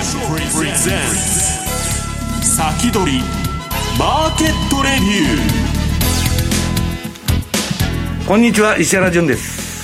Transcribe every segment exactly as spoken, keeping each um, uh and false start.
プレゼンツ先取りマーケットレビュー。 こんにちは、石原潤です。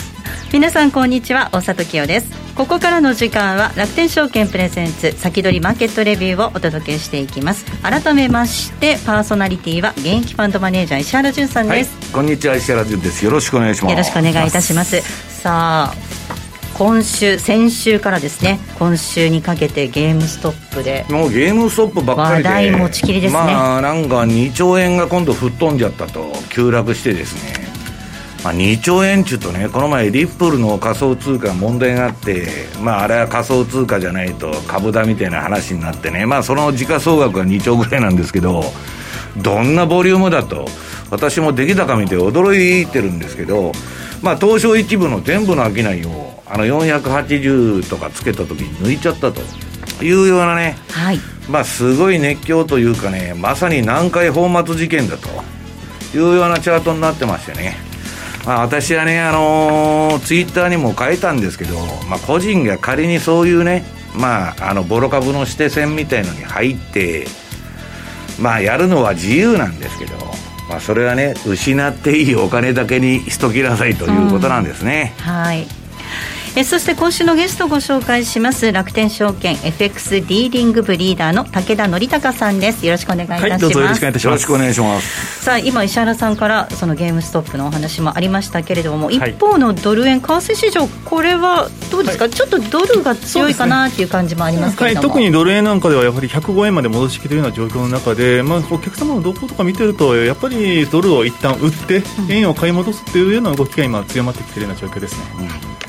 皆さんこんにちは、大里清です。ここからの時間は楽天証券プレゼンツ先取りマーケットレビューをお届けしていきます。改めましてパーソナリティは現役ファンドマネージャー石原潤さんです、 はい、こんにちは、石原潤です。よろしくお願いします。 よろしくお願いいたします。さあ今週先週からですね、今週にかけてゲームストップでもうゲームストップばっかりで話題持ちきりですね。 まあなんかにちょうえんが今度吹っ飛んじゃったと急落してですね、まあ、にちょうえんちゅうとね、この前リップルの仮想通貨問題があって、まああれは仮想通貨じゃないと株だみたいな話になってね、まあその時価総額がにちょうぐらいなんですけど、どんなボリュームだと私も出来高見て驚いてるんですけど、まあ東証一部の全部の商いをあのよんひゃくはちじゅうとかつけた時に抜いちゃったというようなね、 はい、まあすごい熱狂というかね、まさに南海放末事件だというようなチャートになってましてね、まあ、私はね、あのー、ツイッターにも書いたんですけど、まあ、個人が仮にそういうね、まあ、あのボロ株の指定線みたいのに入ってまあやるのは自由なんですけど、まあ、それはね失っていいお金だけにしときなさいということなんですね、 うん、はい。えそして今週のゲストをご紹介します。楽天証券 エフエックス ディーリング部リーダーの武田則孝さんです。よろしくお願いいたします。 はい、どうぞよろしくお願いいたします。 よろしくお願いします。 さあ今石原さんからそのゲームストップのお話もありましたけれども、一方のドル円為替市場、これはどうですか、はい、ちょっとドルが強いかなっていう感じもありますけれども、 はい、特にドル円なんかではやはりひゃくごえんまで戻してきているような状況の中で、まあ、お客様の動向とか見てるとやっぱりドルを一旦売って円を買い戻すというような動きが今強まってきているような状況ですね、うん、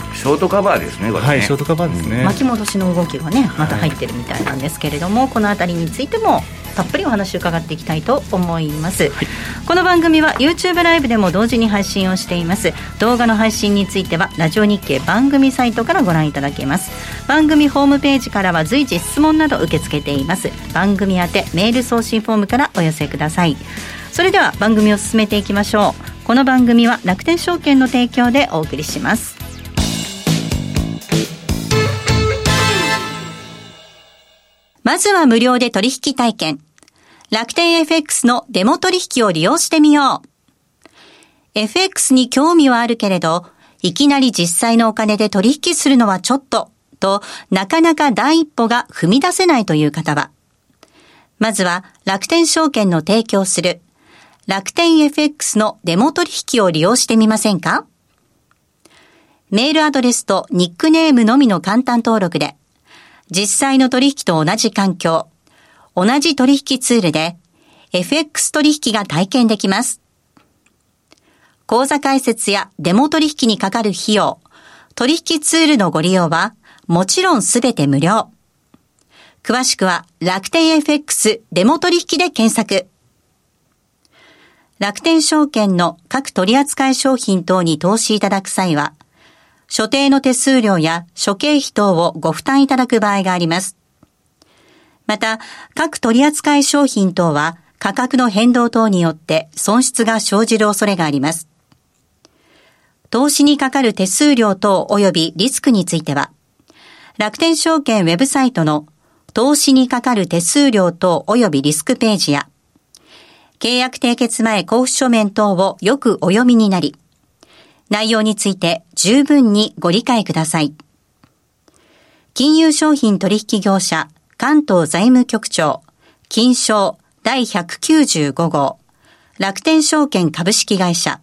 ショートカバーですね、これね。 はい、ショートカバーですね、 うん、巻き戻しの動きがねまた入ってるみたいなんですけれども、はい、このあたりについてもたっぷりお話を伺っていきたいと思います、はい、この番組は YouTube ライブでも同時に配信をしています。動画の配信についてはラジオ日経番組サイトからご覧いただけます。番組ホームページからは随時質問など受け付けています。番組宛てメール送信フォームからお寄せください。それでは番組を進めていきましょう。この番組は楽天証券の提供でお送りします。まずは無料で取引体験。楽天 エフエックス のデモ取引を利用してみよう。エフエックス に興味はあるけれど、いきなり実際のお金で取引するのはちょっと、となかなか第一歩が踏み出せないという方は、まずは楽天証券の提供する楽天 エフエックス のデモ取引を利用してみませんか？メールアドレスとニックネームのみの簡単登録で、実際の取引と同じ環境、同じ取引ツールで エフエックス 取引が体験できます。口座開設やデモ取引にかかる費用、取引ツールのご利用はもちろんすべて無料。詳しくは楽天 エフエックス デモ取引で検索。楽天証券の各取扱い商品等に投資いただく際は、所定の手数料や諸経費等をご負担いただく場合があります。また、各取扱い商品等は価格の変動等によって損失が生じる恐れがあります。投資にかかる手数料等及びリスクについては、楽天証券ウェブサイトの投資にかかる手数料等及びリスクページや、契約締結前交付書面等をよくお読みになり、内容について十分にご理解ください。金融商品取引業者関東財務局長金商第ひゃくきゅうじゅうご号楽天証券株式会社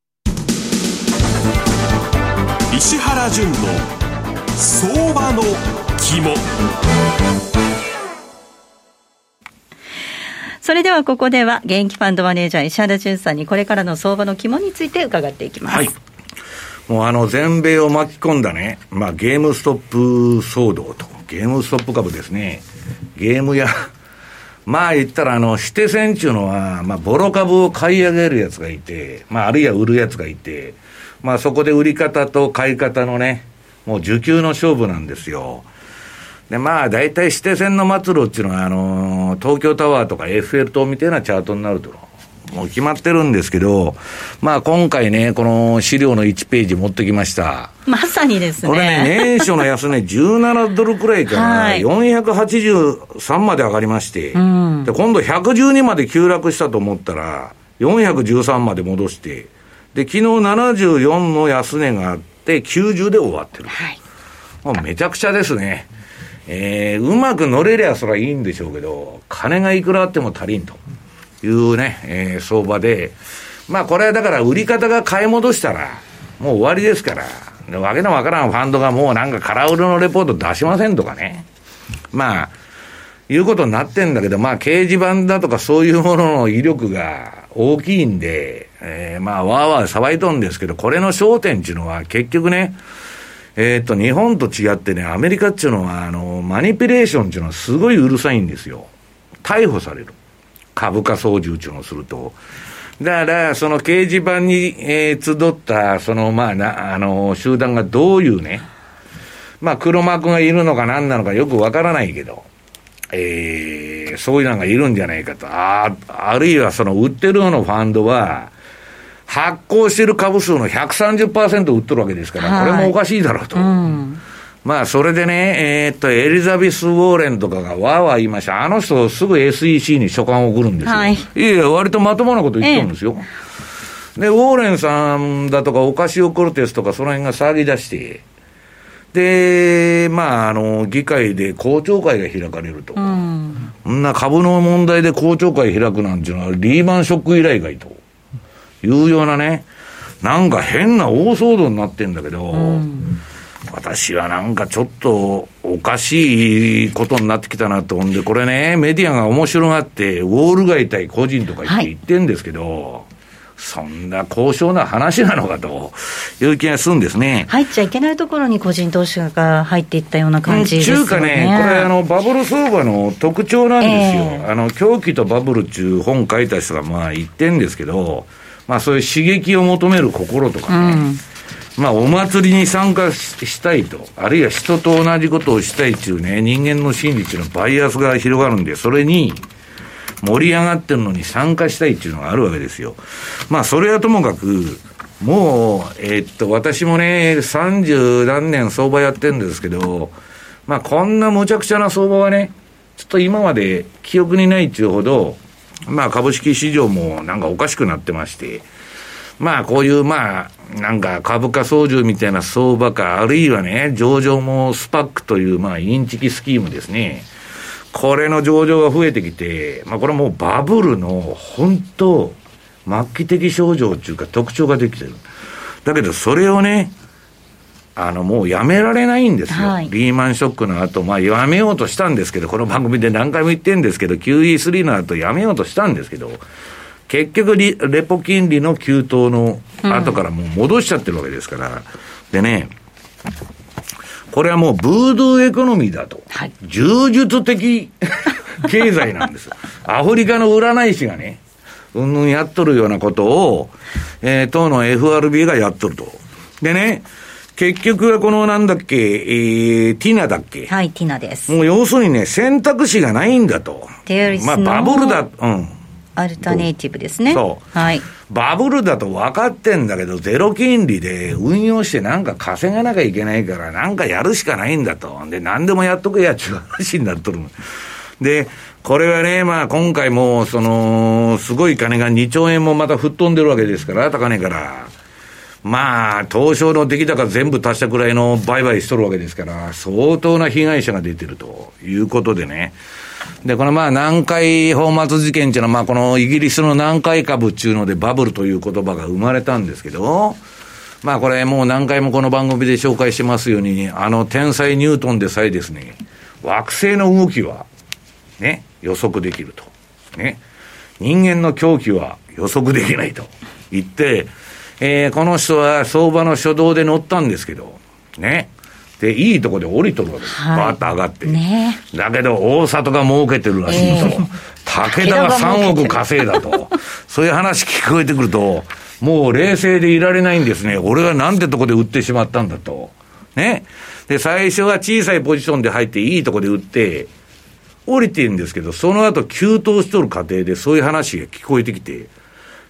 石原潤の相場の肝。 それではここでは現役ファンドマネージャー石原潤さんにこれからの相場の肝について伺っていきます。はい、 もうあの全米を巻き込んだね、まあ、ゲームストップ騒動とゲームストップ株ですね。ゲームやまあ言ったらあの指定線っていうのは、まあ、ボロ株を買い上げるやつがいて、まあ、あるいは売るやつがいて、まあ、そこで売り方と買い方のねもう需給の勝負なんですよ。でまあ大体指定線の末路っていうのはあのー、東京タワーとかエッフェル塔みたいなチャートになるともう決まってるんですけど、まあ今回ね、この資料のいちページ持ってきました。 まさにですね。 これね、年初の安値じゅうななドルくらいからよんひゃくはちじゅうさんまで上がりまして、はい、で今度ひゃくじゅうにまで急落したと思ったら、よんひゃくじゅうさんまで戻して、で、昨日ななじゅうよんの安値があって、きゅうじゅうで終わってる。はい、もうめちゃくちゃですね。えー、うまく乗れりゃそれはいいんでしょうけど、金がいくらあっても足りんというね、えー、相場で、まあこれはだから売り方が買い戻したらもう終わりですから、わけのわからんファンドがもうなんか空売りのレポート出しませんとかね、まあいうことになってんだけど、まあ掲示板だとかそういうものの威力が大きいんで、えー、まあわーわー騒いとんですけど、これの焦点っていうのは結局ね、えー、っと日本と違ってね、アメリカっていうのはあのマニピュレーションっていうのはすごいうるさいんですよ。逮捕される、株価操縦っていうのをすると。だからその掲示板に、えー、集ったそのまあなあの集団がどういうね、まあ黒幕がいるのか何なのかよくわからないけど、えー、そういうのがいるんじゃないかと。ああるいはその売ってるののファンドは発行してる株数の ひゃくさんじゅっパーセント 売ってるわけですから、これもおかしいだろうと、うん、まあそれでね、えー、っとエリザベス・ウォーレンとかがわーわー言いました。あの人すぐ エスイーシー に書簡を送るんですよ、はい、いやいや割とまともなこと言ってるんですよ、ええ、でウォーレンさんだとかオカシオ・コルテスとかその辺が騒ぎ出して、でまああの議会で公聴会が開かれると、うん、そんな株の問題で公聴会開くなんていうのはリーマンショック以来がいというようなね、なんか変な大騒動になってんだけど、うん、私はなんかちょっとおかしいことになってきたなと思うんで、これねメディアが面白がってウォール街対個人とか言って言ってんですけど、はい、そんな高尚な話なのかという気がするんですね。 入っちゃいけないところに個人投資家が入っていったような感じですよね。 というかね、これあのバブル相場の特徴なんですよ、えー、あの狂気とバブルっていう本書いた人がまあ言ってんですけど、まあそういう刺激を求める心とかね、うん、まあお祭りに参加 し, したいと、あるいは人と同じことをしたいっていうね、人間の心理っていうのバイアスが広がるんで、それに盛り上がってるのに参加したいっていうのがあるわけですよ。まあそれはともかく、もうえー、っと私もねさんじゅうなんねん相場やってるんですけど、まあこんなむちゃくちゃな相場はねちょっと今まで記憶にないっていうほど、まあ株式市場もなんかおかしくなってまして、まあこういうまあなんか株価操縦みたいな相場か、あるいはね上場もスパックというまあインチキスキームですね、これの上場が増えてきて、まあこれもうバブルの本当末期的症状っていうか特徴ができてる。だけどそれをねあのもうやめられないんですよ、はい、リーマンショックの後、まあやめようとしたんですけど、この番組で何回も言ってるんですけど キューイースリー の後やめようとしたんですけど、結局リレポ金利の急騰の後からもう戻しちゃってるわけですから、うん、でねこれはもうブードゥーエコノミーだと、はい、柔術的経済なんですアフリカの占い師がねうんぬんやっとるようなことを、えー、当の エフアールビー がやっとると。でね結局はこのなんだっけ、えー、ティナだっけ、 はいティナです。 もう要するにね選択肢がないんだと。まあバブルだ、うんアルタネイティブですね。 そう、はい、バブルだと分かってんだけどゼロ金利で運用してなんか稼がなきゃいけないからなんかやるしかないんだと。で何でもやっとけやっちゅう話になっとる。でこれはねまあ今回もそのすごい金がにちょうえんもまた吹っ飛んでるわけですから、高値からまあ東証の出来高全部足したくらいの売買しとるわけですから、相当な被害者が出てるということでね。でこのまあ南海泡沫事件っていうのはまあこのイギリスの南海株っていうのでバブルという言葉が生まれたんですけど、まあこれもう何回もこの番組で紹介してますように、あの天才ニュートンでさえですね惑星の動きはね予測できるとね、人間の狂気は予測できないと言って、えー、この人は相場の初動で乗ったんですけどね、でいいとこで降りとるわけです、はい、バーッと上がって、ね、だけど大里が儲けてるらしいと、えー、武田がさんおく稼いだとそういう話聞こえてくるともう冷静でいられないんですね。俺はなんてとこで売ってしまったんだとね。で最初は小さいポジションで入っていいとこで売って降りてるんですけど、その後急騰しとる過程でそういう話が聞こえてきて、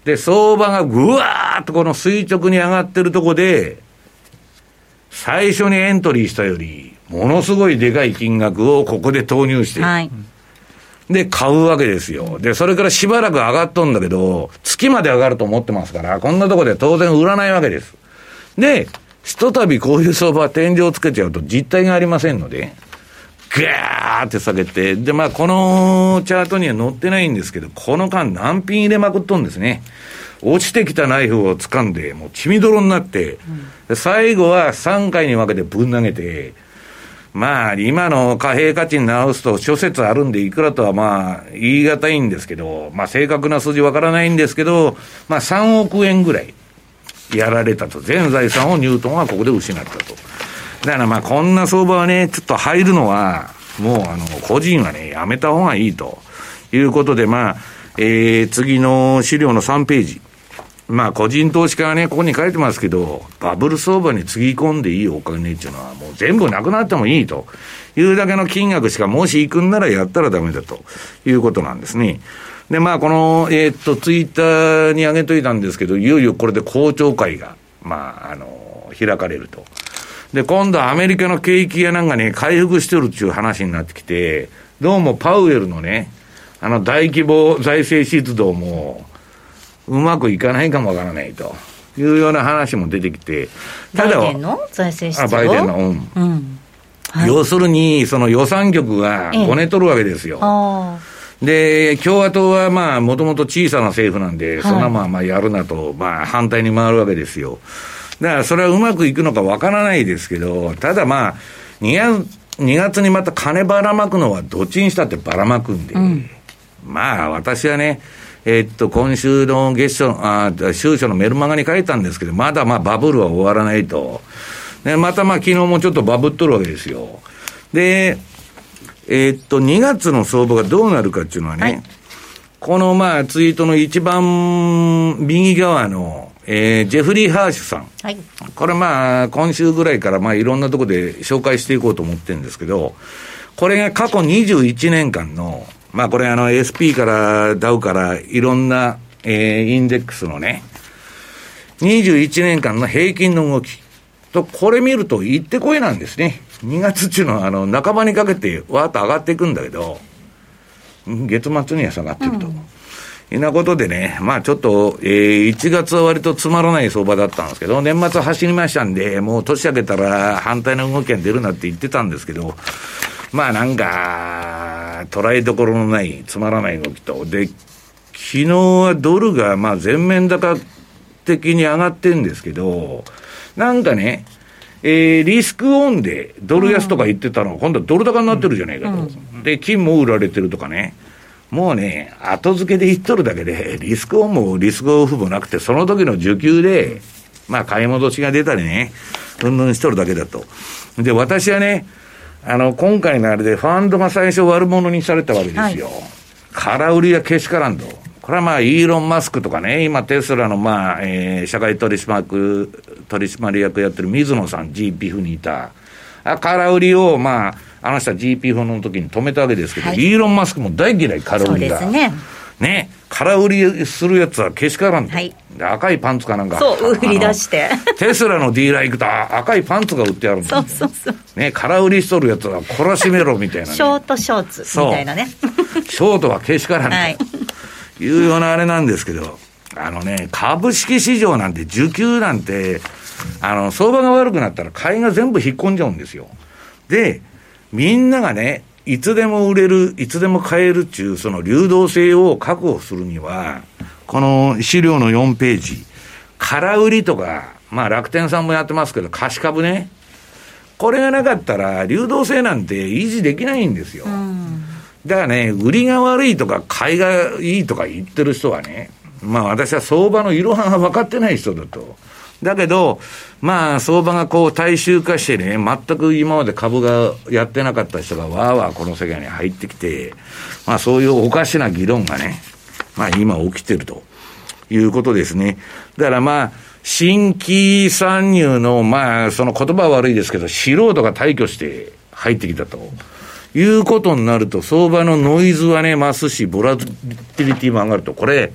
で、相場がぐわーっとこの垂直に上がってるとこで、最初にエントリーしたより、ものすごいでかい金額をここで投入して、はい、で、買うわけですよ。で、それからしばらく上がっとんだけど、月まで上がると思ってますから、こんなとこで当然売らないわけです。で、ひとたびこういう相場は天井をつけちゃうと実体がありませんので、ガーって下げて、で、まあ、このチャートには載ってないんですけど、この間何ピン入れまくっとんですね。落ちてきたナイフを掴んで、もう血みどろになって、うん、最後はさんかいに分けてぶん投げて、まあ、今の貨幣価値に直すと諸説あるんで、いくらとはまあ、言い難いんですけど、まあ、正確な数字わからないんですけど、まあ、さんおくえんぐらいやられたと。全財産をニュートンはここで失ったと。だからまあこんな相場はね、ちょっと入るのは、もうあの、個人はね、やめた方がいいということで、まあ、えー、次の資料のさんページ。まあ個人投資家はね、ここに書いてますけど、バブル相場につぎ込んでいいお金っていうのはもう全部なくなってもいいというだけの金額しかもし行くんならやったらダメだということなんですね。で、まあこの、えー、っと、ツイッターに上げといたんですけど、いよいよこれで公聴会が、まあ、あの、開かれると。で、今度はアメリカの景気がなんかね、回復してるっていう話になってきて、どうもパウエルのね、あの大規模財政出動もうまくいかないかもわからないというような話も出てきて、 ただバイデンの財政出動、 あ、バイデンの、うん。うんはい、要するに、その予算局がごねとるわけですよ。ええ、で、共和党はまあ、もともと小さな政府なんで、はい、そんなまあまあやるなと、まあ反対に回るわけですよ。だからそれはうまくいくのかわからないですけど、ただまあ、にがつにまた金ばらまくのはどっちにしたってばらまくんで、うん、まあ私はね、えー、っと、今週の月初、あ、週初のメルマガに書いたんですけど、まだまあバブルは終わらないと。で、またまあ昨日もちょっとバブっとるわけですよ。で、えー、っと、にがつの相場がどうなるかっていうのはね、はい、このまあツイートの一番右側の、えー、ジェフリー・ハーシュさん、はい、これまあ今週ぐらいからまあいろんなところで紹介していこうと思ってるんですけど、これが過去にじゅういちねんかんのまあこれあの エスピー からダウからいろんな、えー、インデックスのねにじゅういちねんかんの平均の動きと、これ見ると行ってこいなんですね。にがつっていうのはあの半ばにかけてわーっと上がっていくんだけど、月末には下がってると。うんいなことでね、まあちょっと、えー、いちがつは割とつまらない相場だったんですけど、年末走りましたんで、もう年明けたら反対の動きが出るなって言ってたんですけど、まあなんか、捉えどころのないつまらない動きと、で、昨日はドルがまあ全面高的に上がってるんですけど、なんかね、えー、リスクオンでドル安とか言ってたのが今度はドル高になってるじゃないかと。うんうん、で、金も売られてるとかね。もうね、後付けで言っとるだけで、リスクオンもリスクオフもなくて、その時の需給で、まあ買い戻しが出たりね、うんぬんしとるだけだと。で、私はね、あの、今回のあれでファンドが最初悪者にされたわけですよ。はい、空売りはけしからんと。これはまあ、イーロン・マスクとかね、今テスラのまあ、えー、社会取締役、取締役やってる水野さん、ジーピー フにいた。あ、空売りをまあ、あの人は ジーピー フの時に止めたわけですけど、はい、イーロン・マスクも大嫌い、空売りが。そうですね。ね、空売りするやつはけしからんと。はい、で赤いパンツかなんか。 そう、売り出して。 テスラのディーラー行くと赤いパンツが売ってあるんだよ、ね。そうそうそう。ね、空売りしとるやつは懲らしめろみたいな、ね。 ショートショーツみたいなね。 ショートはけしからんと、はい、いうようなあれなんですけど、あのね、株式市場なんて需給なんて、あの、相場が悪くなったら買いが全部引っ込んじゃうんですよ。で、みんながね、いつでも売れる、いつでも買えるっていう、その流動性を確保するには、この資料のよんページ、空売りとか、まあ楽天さんもやってますけど、貸し株ね、これがなかったら、流動性なんて維持できないんですよ。だからね、売りが悪いとか、買いがいいとか言ってる人はね、まあ私は相場の色が分かってない人だと。だけど、まあ、相場がこう大衆化してね、全く今まで株がやってなかった人がわーわーこの世界に入ってきて、まあそういうおかしな議論がね、まあ今起きてるということですね。だからまあ、新規参入の、まあその言葉は悪いですけど、素人が大挙して入ってきたということになると、相場のノイズはね、増すし、ボラティリティも上がると、これ、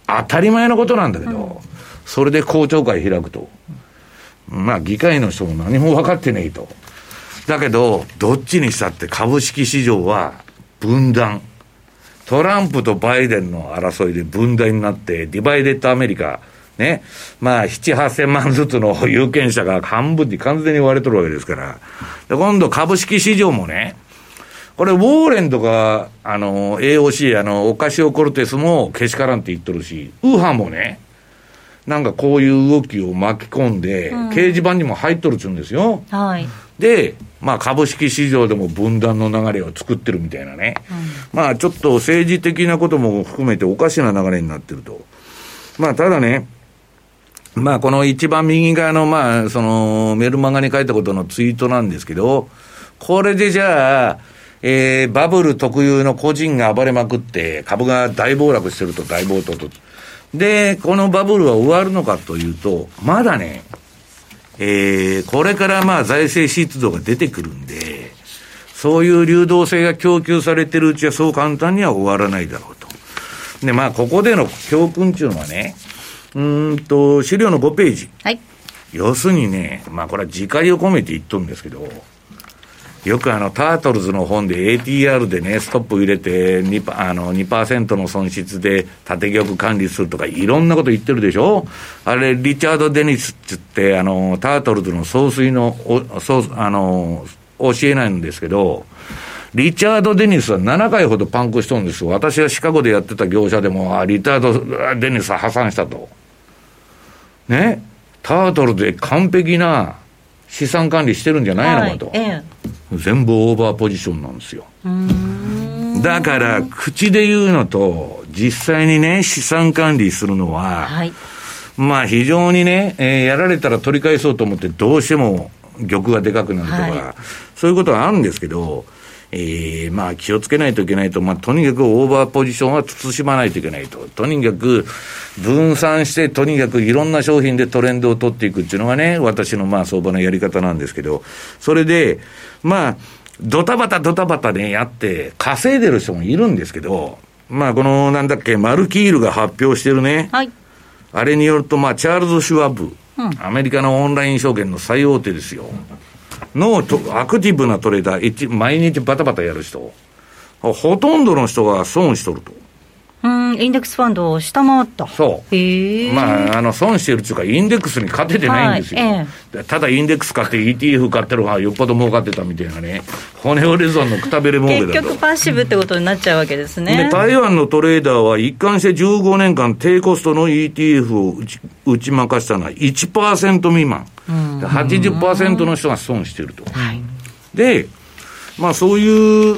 当たり前のことなんだけど、うん、それで公聴会開くと。まあ議会の人も何も分かってねえと。だけど、どっちにしたって株式市場は分断。トランプとバイデンの争いで分断になって、ディバイデッドアメリカ、ね。まあ、なな、はっせんまんずつの有権者が半分に完全に割れとるわけですから。で、今度株式市場もね、これ、ウォーレンとか、あの、エーオーシー、あの、オカシオ・コルテスもけしからんって言っとるし、ウーハもね、なんかこういう動きを巻き込んで、うん、掲示板にも入っとるっちゅうんですよ。 はい。 で、まあ株式市場でも分断の流れを作ってるみたいなね。うん、まあちょっと政治的なことも含めておかしな流れになってると。まあただね、まあこの一番右側のまあそのメルマガに書いたことのツイートなんですけど、これでじゃあ、えー、バブル特有の個人が暴れまくって株が大暴落してると大暴騰と。で、このバブルは終わるのかというと、まだね、えー、これからまあ財政出動が出てくるんで、そういう流動性が供給されてるうちはそう簡単には終わらないだろうと。で、まあここでの教訓っていうのはね、うーんと、資料のごページ。 はい。 要するにね、まあこれは自戒を込めて言っとるんですけど、よくあのタートルズの本で エーティーアール でねストップ入れて 2%, あの にパーセント の損失で縦玉管理するとかいろんなこと言ってるでしょ。あれリチャード・デニスって言ってあのタートルズの総帥のおそうあの教えないんですけど、リチャード・デニスはななかいほどパンクしとるんですよ。私がシカゴでやってた業者でもリチャード・デニスは破産したとね。タートルズで完璧な資産管理してるんじゃないのかと、はいええ全部オーバーポジションなんですよ。うーんだから口で言うのと実際にね資産管理するのは、はい、まあ非常にね、えー、やられたら取り返そうと思ってどうしても玉がでかくなるとか、はい、そういうことはあるんですけど、えー、まあ気をつけないといけないと、まあとにかくオーバーポジションは慎まないといけないと。とにかく分散してとにかくいろんな商品でトレンドを取っていくっていうのがね、私のまあ相場のやり方なんですけど、それでまあドタバタドタバタねやって稼いでる人もいるんですけど、まあこのなんだっけマルキールが発表してるね、はい、あれによるとまあチャールズ・シュワブ、うん、アメリカのオンライン証券の最大手ですよのアクティブなトレーダー、毎日バタバタやる人、ほとんどの人が損しとると。 うん、インデックスファンドを下回った。 そう。へまあ、あの、損してるっていうか、インデックスに勝ててないんですよ。はいええ、ただインデックス買って イーティーエフ 買ってる方がよっぽど儲かってたみたいなね。骨折れ損のくたべれ儲けだと。 結局パッシブってことになっちゃうわけですね。 で、台湾のトレーダーは一貫してじゅうごねんかん低コストの イーティーエフ を打ち、打ち負かしたのは いちパーセント 未満。はちじゅっパーセント の人が損してると。はい、で、まあそういう、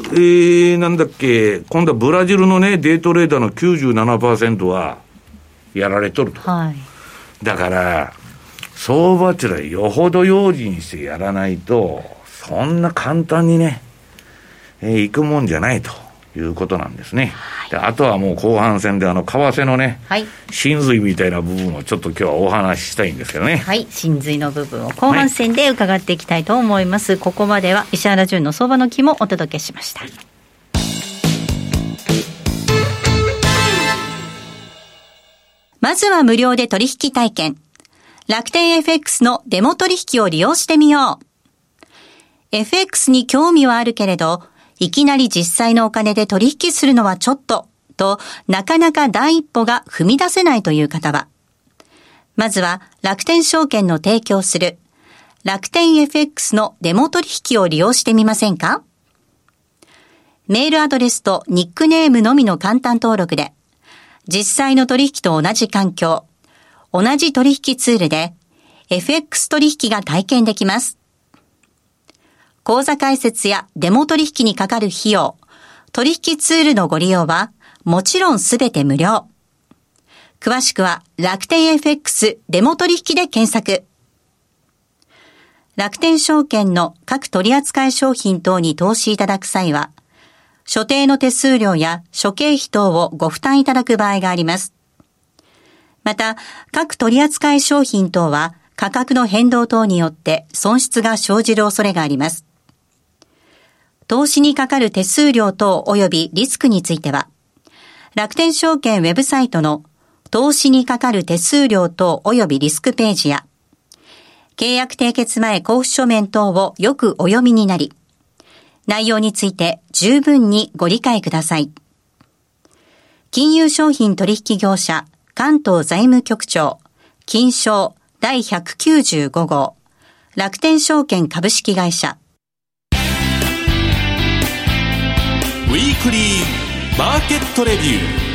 えー、なんだっけ、今度はブラジルのね、デイトレーダーの きゅうじゅうななパーセント はやられとると。はい、だから、相場ってのはよほど用心にしてやらないと、そんな簡単にね、えー、行くもんじゃないということなんですね。はい、であとはもう後半戦であの、為替のね、はい、真髄みたいな部分をちょっと今日はお話ししたいんですけどね。 はい、真髄の部分を後半戦で伺っていきたいと思います。はい、ここまでは石原潤の相場の肝をお届けしました。まずは無料で取引体験。楽天 エフエックス のデモ取引を利用してみよう。エフエックス に興味はあるけれど、いきなり実際のお金で取引するのはちょっと、と、なかなか第一歩が踏み出せないという方は、まずは楽天証券の提供する楽天 エフエックス のデモ取引を利用してみませんか？メールアドレスとニックネームのみの簡単登録で、実際の取引と同じ環境、同じ取引ツールで エフエックス 取引が体験できます。口座開設やデモ取引にかかる費用、取引ツールのご利用はもちろんすべて無料。詳しくは楽天 エフエックス デモ取引で検索。楽天証券の各取扱商品等に投資いただく際は、所定の手数料や諸経費等をご負担いただく場合があります。また、各取扱商品等は価格の変動等によって損失が生じる恐れがあります。投資にかかる手数料等及びリスクについては、楽天証券ウェブサイトの投資にかかる手数料等及びリスクページや、契約締結前交付書面等をよくお読みになり、内容について十分にご理解ください。金融商品取引業者関東財務局長金商第ひゃくきゅうじゅうご号楽天証券株式会社。 ウィークリーマーケットレビュー。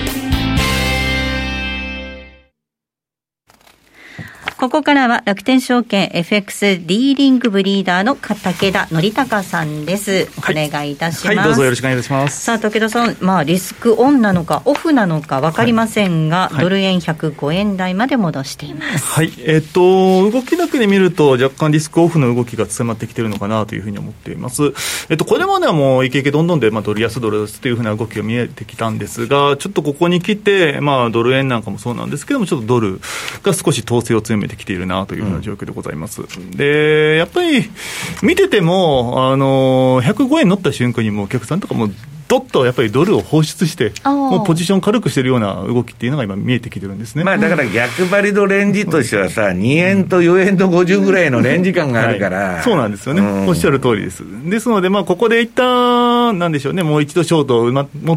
ここからは楽天証券 エフエックス ディーリングブリーダーの武田則孝さんです、はい、お願いいたします。 はい、どうぞよろしくお願いいたします。 さあ武田さん、まあ、リスクオンなのかオフなのか分かりませんが、はい、ドル円ひゃくごえん台まで戻しています。 はい、えー、っと動きだけで見ると若干リスクオフの動きが強まってきているのかなというふうに思っています。えー、っとこれまではもうイケイケどんどんで、まあ、ドル安ドル安というふうな動きが見えてきたんですが、ちょっとここに来て、まあ、ドル円なんかもそうなんですけども、ちょっとドルが少し統制を強めてきているなという状況でございます。でやっぱり見ててもあのひゃくごえん乗った瞬間にもうお客さんとかもどっとやっぱりドルを放出してもうポジション軽くしているような動きっていうのが今見えてきてるんですね。 まあ、だから逆張りのレンジとしてはさ、にえんとよえんとごじゅうぐらいのレンジ感があるから、 はい、そうなんですよね、うん、おっしゃる通りです。ですので、まあ、ここで一旦なんでしょうね、もう一度ショートを持って、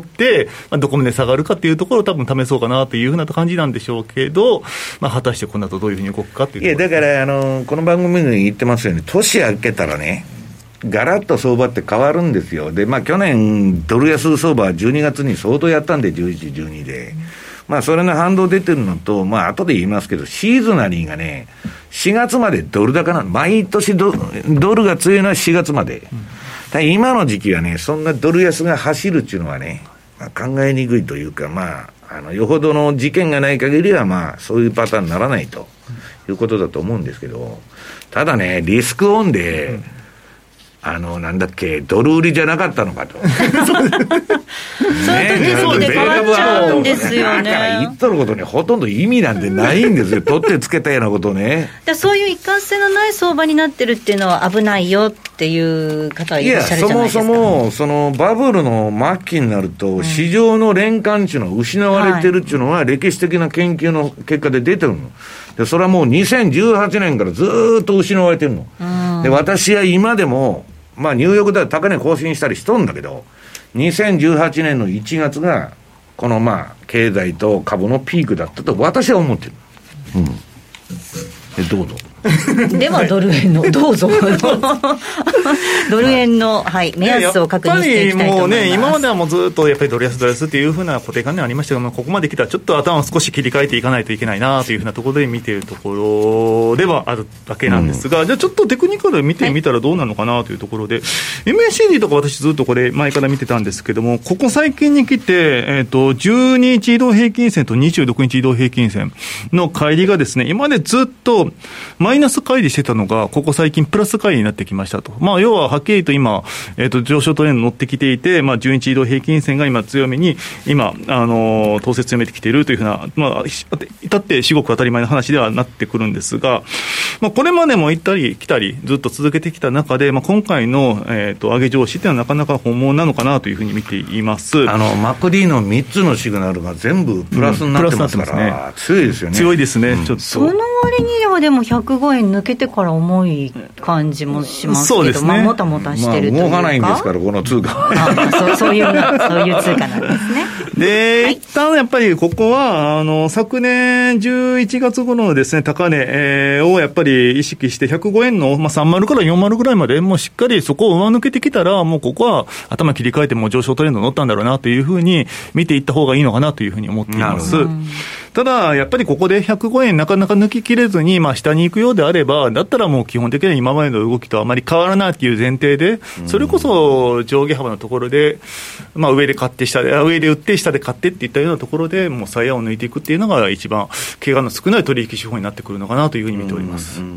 まあ、どこまで下がるかっていうところを多分試そうかなというふうな感じなんでしょうけど、まあ、果たしてこの後どういうふうに動くかっていうところ。 いやだからあのこの番組で言ってますように、年明けたらねガラッと相場って変わるんですよ。で、まあ去年ドル安相場はじゅうにがつに相当やったんで、じゅういち、じゅうにで、まあそれの反動出てるのと、まあ後で言いますけど、シーズナリーがねしがつまでドル高なの。毎年 ド, ドルが強いのはしがつまで、うん、今の時期はねそんなドル安が走るっていうのはね、まあ、考えにくいというか、まああのよほどの事件がない限りはまあそういうパターンにならないということだと思うんですけど、ただねリスクオンで、うん、あのなんだっけドル売りじゃなかったのかとそういう時で変わっちゃうんですよね。 だから言っとることにほとんど意味なんてないんですよ取ってつけたようなことね。 だそういう一貫性のない相場になってるっていうのは危ないよっていう方はいらっしゃるじゃないですか。 いやそもそもそのバブルの末期になると、うん、市場の連関っていうのは失われてるっていうのは歴史的な研究の結果で出てるので、それはもうにせんじゅうはちねんからずーっと失われてるの、うん、で私は今でもまあニューヨークでは高値更新したりしとるんだけど、にせんじゅうはちねんのいちがつがこのまあ経済と株のピークだったと私は思ってる。うん。えどうぞ。 ではドル円のどうぞドル円の、はい、目安を確認していきたいと思います。 やっぱりもうね、今まではもうずっとやっぱりドル安ドル安っていうふうな固定観念ありましたが、ここまで来たらちょっと頭を少し切り替えていかないといけないなというふうなところで見ているところではあるわけなんですが、うん、じゃあちょっとテクニカルで見てみたらどうなのかなというところで、はい、エムエーシーディー とか私ずっとこれ前から見てたんですけども、ここ最近に来て、えー、とじゅうににち移動平均線とにじゅうろくにち移動平均線の乖離がですね、今までずっとマイナス乖離してたのがここ最近プラス乖離になってきましたと。まあ要ははっきりと今、えー、と上昇トレンド乗ってきていて、まあ、じゅうににち移動平均線が今強めに今あのー、統制強めてきているというふうな、まあ至って至極当たり前の話ではなってくるんですが、まあ、これまでも行ったり来たりずっと続けてきた中で、まあ、今回の、えー、と上げ上司というのはなかなか本物なのかなというふうに見ています。 あのマクディのみっつのシグナルが全部プラスになってますから、うん、ね、強いですよね。 強いですね、うん、ちょっとその割にはでもひゃくごえん抜けてから重い感じもしますけど、そうですね、まあ、もたもたしてるというか、 まあ、動かないんですからこの通貨はあそう、そういうそういう通貨なんですね。 で、 はい、 一旦やっぱりここはあの昨年じゅういちがつ頃のですね高値、えー、をやっぱり意識してひゃくごえんの、まあ、さんじゅうからよんじゅうぐらいまでもうしっかりそこを上抜けてきたら、もうここは頭切り替えてもう上昇トレンド乗ったんだろうなというふうに見ていった方がいいのかなというふうに思っています。ただやっぱりここでひゃくごえんなかなか抜ききれずに、まあ、下に行くようであれば、だったらもう基本的には今までの動きとあまり変わらないという前提で、それこそ上下幅のところで、まあ、上で買って下で上で売って下で買ってっていったようなところでもう鞘を抜いていくっていうのが一番怪我の少ない取引手法になってくるのかなというふうに見ております。うんうん、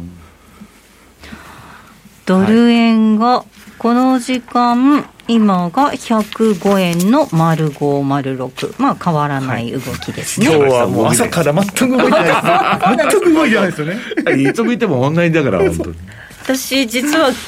ドル円がこの時間、今がひゃくごえんの丸ご、丸ろく、まあ変わらない動きですね。 はい、今日はもう朝から全く動いてないですね。全く動いてないですよね。 いつ見ても同じだから本当に。 私実は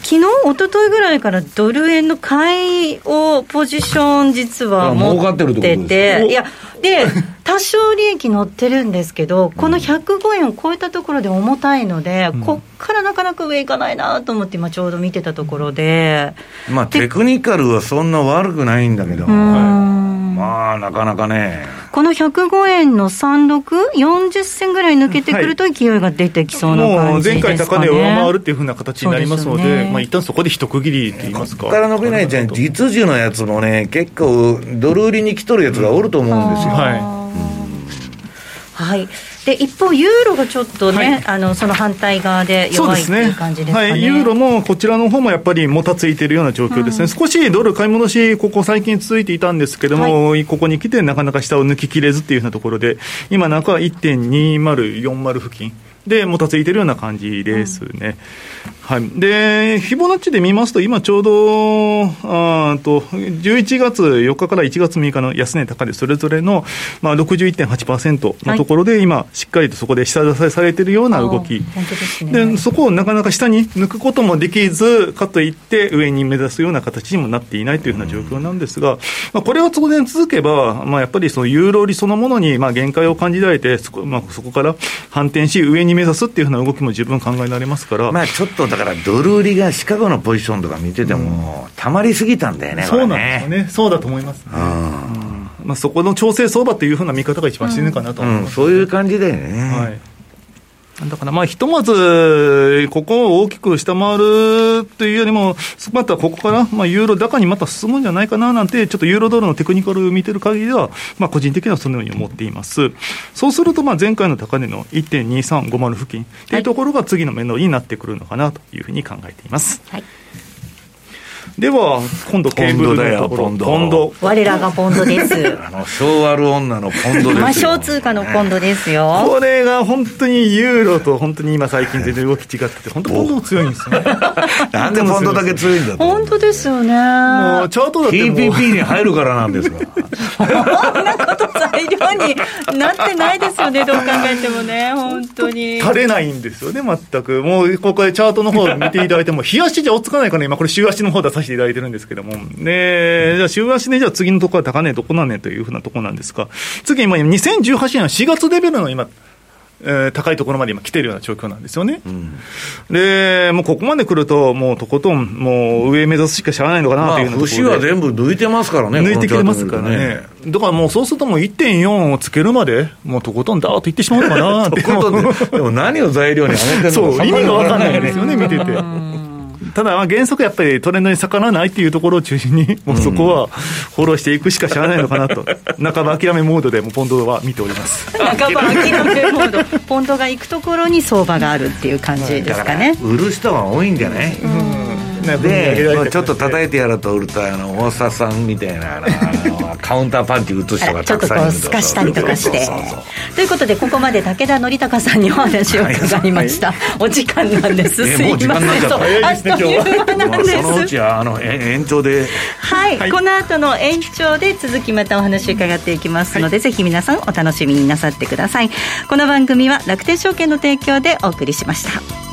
昨日一昨日ぐらいからドル円の買いをポジション実は持ってて、いやで多少利益乗ってるんですけど、このひゃくごえんを超えたところで重たいので、うん、こっからなかなか上いかないなと思って今ちょうど見てたところで、 まあテクニカルはそんな悪くないんだけど、まあなかなかね、 このひゃくごえんのさんじゅうろく、よんじゅっせんぐらい抜けてくると勢いが出てきそうな感じですかね。 もう前回高値を上回るっていう風な形になりますの で, で、ね、まあ、一旦そこで一区切りといいますか、 ここから伸びないじゃん。実需のやつもね、結構ドル売りに来とるやつがおると思うんですよ、うん、はい、 はい、で一方ユーロがちょっとね、はい、あのその反対側で弱いっていう感じですかね。 はい、ユーロもこちらの方もやっぱりもたついているような状況ですね、うん、少しドル買い戻しここ最近続いていたんですけども、はい、ここに来てなかなか下を抜ききれずっていうようなところで、今なんか いってんにまるよんまる 付近でもたついているような感じですね、うん、はい、でフィボナッチで見ますと今ちょうどあとじゅういちがつよっかからいちがつむいかの安値高値それぞれの、まあ、ろくじゅういってんはちパーセント のところで今しっかりとそこで下支えされているような動き で, でそこをなかなか下に抜くこともできずかといって上に目指すような形にもなっていないというような状況なんですが、まあ、これは当然続けば、まあ、やっぱりそのユーロ売りそのものにまあ限界を感じられてそ こ,、まあ、そこから反転し上に目指すっていうふうな動きも十分考えられますから、 まあ、ちょっとだからドル売りがシカゴのポジションとか見てても、うん、たまりすぎたんだよね。 そうなんですよね。そうだと思います、ね、うんうんまあ、そこの調整相場というふうな見方が一番自然かなと思います、 うんうん、そういう感じだよね、 はいだからまあひとまずここを大きく下回るというよりもまたここからまあユーロ高にまた進むんじゃないかななんてちょっとユーロドルのテクニカルを見てる限りではまあ個人的にはそのように思っています。そうするとまあ前回の高値の いってんにさんごまる 付近というところが次の面倒になってくるのかなというふうに考えています、はい。では今度ケーブルのところポンドポンド我らがポンドですあの小ある女のポンドですよ魔性通貨のポンドですよ。 これが本当にユーロと本当に今最近全然動き違ってて本当ポンドも強いんですよねなんでポンドだけ強いんだと。 本当ですよね。 もうチャートだってもうティーピーピー に入るからなんですかそんなこと材料になってないですよねどう考えてもね本当に垂れないんですよね全く。もうここでチャートの方を見ていただいても日足じゃ追っつかないから今これ週足の方出させていただいてるんですけどでじゃあ週足でじゃあ次のところは高値どこなんねんというふうなところなんですが、次今にせんじゅうはちねんのしがつレベルの今、えー、高いところまで今来てるような状況なんですよね、うん、でもうここまで来るともうとことんもう上目指すしかしゃあないのかなというようなところで、 まあ、節は全部抜いてますからね。 抜いてきてますからね。だからもうそうするともう いってんよん をつけるまでもうとことんダーッといってしまうのかなってでも何を材料に上げてるのかそう意味が分かんないですよね見ててただまあ原則やっぱりトレンドに逆らわないっていうところを中心にもうそこはフォローしていくしかしゃあないのかなと、うん、半ば諦めモードでもポンドは見ております半ば諦めモードポンドが行くところに相場があるっていう感じですかね。 売る人は多いんじゃない、うんでもうちょっと叩いてやると売るとあの大沢さんみたいなあのカウンターパンチ打つ人がたくさんいるとちょっとこう透かしたりとかしてということでここまで武田典孝さんにお話を伺いました、はい、お時間なんです、すいません。もう時間になっちゃった早いですね今日は、まあ、そのうちはあの延長で、はい、はい、この後の延長で続きまたお話伺っていきますので、はい、ぜひ皆さんお楽しみになさってください。この番組は楽天証券の提供でお送りしました。